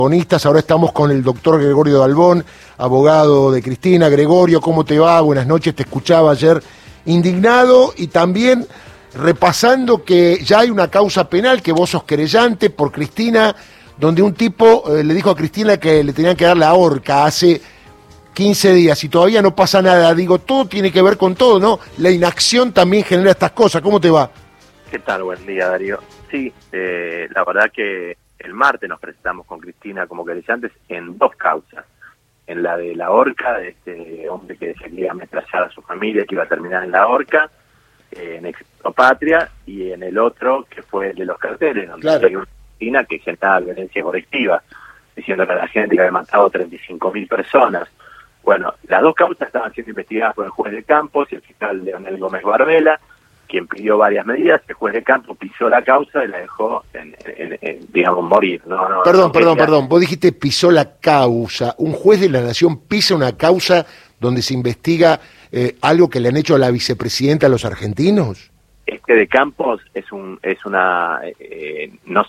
Ahora estamos con el doctor Gregorio Dalbón, abogado de Cristina. Gregorio, ¿cómo te va? Buenas noches, te escuchaba ayer indignado y también repasando que ya hay una causa penal, que vos sos querellante por Cristina, donde un tipo le dijo a Cristina que le tenían que dar la horca hace 15 días y todavía no pasa nada. Digo, todo tiene que ver con todo, ¿no? La inacción también genera estas cosas. ¿Cómo te va? ¿Qué tal? Buen día, Darío. Sí, la verdad que el martes nos presentamos con Cristina como querellantes en dos causas. En la de la horca, de este hombre que decía que iba a ametrallar a su familia, que iba a terminar en la horca, en Expatria, y en el otro, que fue el de los carteles, donde hay una Cristina que generaba violencia colectiva, diciéndole a la gente que había matado 35.000 personas. Bueno, las dos causas estaban siendo investigadas por el juez de Campos y el fiscal Leonel Gómez Barbela, quien pidió varias medidas. El juez de Campos pisó la causa y la dejó, digamos, morir. Perdón. Vos dijiste pisó la causa. Un juez de la Nación pisa una causa donde se investiga algo que le han hecho a la vicepresidenta a los argentinos. Este de Campos no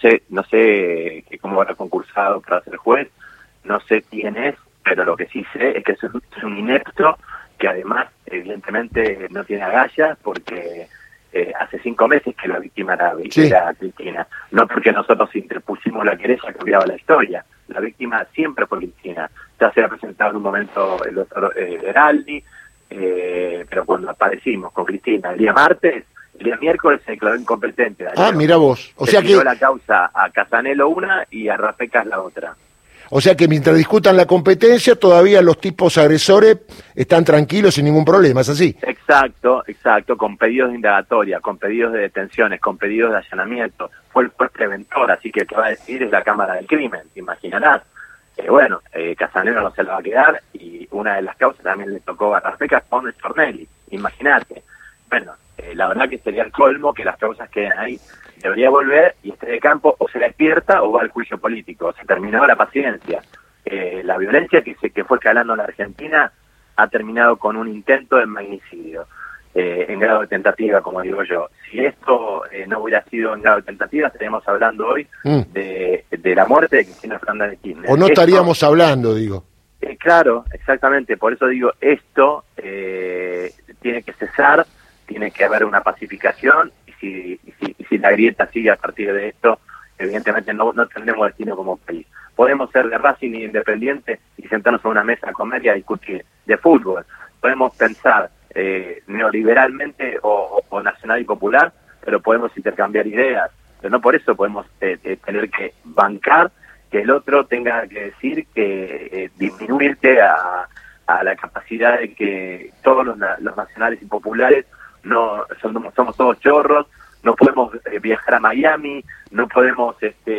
sé cómo habrá concursado para ser juez, no sé quién es, pero lo que sí sé es que es un inepto que además evidentemente no tiene agallas porque hace 5 meses que la víctima era Cristina, no porque nosotros interpusimos la querella cambiaba la historia. La víctima siempre fue Cristina. Ya se ha presentado en un momento el doctor Veraldi, pero cuando aparecimos con Cristina el día martes, el día miércoles se declaró incompetente. Darío. Mira vos. O sea que la causa a Casanelo una y a Rafecas la otra. O sea que mientras discutan la competencia, todavía los tipos agresores están tranquilos sin ningún problema, ¿es así? Exacto, con pedidos de indagatoria, con pedidos de detenciones, con pedidos de allanamiento. Fue el juez preventor, así que el que va a decidir es la Cámara del Crimen, te imaginarás. Casanelo no se la va a quedar y una de las causas también le tocó a Rafecas con Stornelli, imagínate. Bueno, la verdad que sería el colmo que las causas queden ahí. Debería volver y este de Campo o se despierta o va al juicio político. Se terminó la paciencia. La violencia que fue escalando en la Argentina ha terminado con un intento de magnicidio en grado de tentativa, como digo yo. Si esto no hubiera sido en grado de tentativa, estaríamos hablando hoy de la muerte de Cristina Fernández de Kirchner. O no estaríamos hablando, digo. Claro, exactamente. Por eso digo, esto tiene que cesar, tiene que haber una pacificación. Y si la grieta sigue a partir de esto, evidentemente no tendremos destino como país. Podemos ser de Racing y Independiente y sentarnos en una mesa a comer y a discutir de fútbol. Podemos pensar neoliberalmente o nacional y popular, pero podemos intercambiar ideas. Pero no por eso podemos tener que bancar que el otro tenga que decir que disminuirte a la capacidad de que todos los nacionales y populares no somos todos chorros, no podemos viajar a Miami, no podemos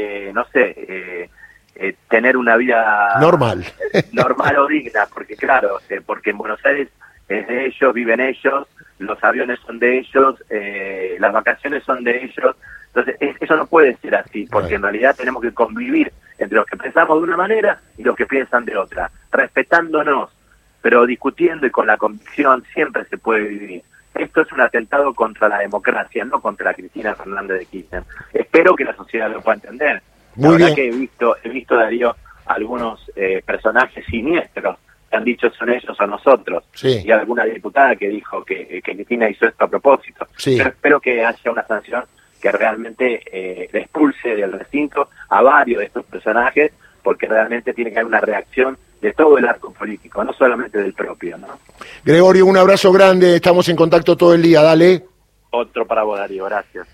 tener una vida normal o digna, porque claro, porque en Buenos Aires es de ellos, viven ellos, los aviones son de ellos, las vacaciones son de ellos. Entonces eso no puede ser así, porque en realidad tenemos que convivir entre los que pensamos de una manera y los que piensan de otra, respetándonos, pero discutiendo y con la convicción siempre se puede vivir. Esto es un atentado contra la democracia, no contra Cristina Fernández de Kirchner. Espero que la sociedad lo pueda entender. La verdad que he visto, Darío, algunos personajes siniestros que han dicho son ellos o nosotros. Sí. Y alguna diputada que dijo que Cristina hizo esto a propósito. Sí. Pero espero que haya una sanción que realmente le expulse del recinto a varios de estos personajes, porque realmente tiene que haber una reacción de todo el arco político, no solamente del propio, ¿no? Gregorio, un abrazo grande, estamos en contacto todo el día, dale. Otro para vos, Darío, gracias.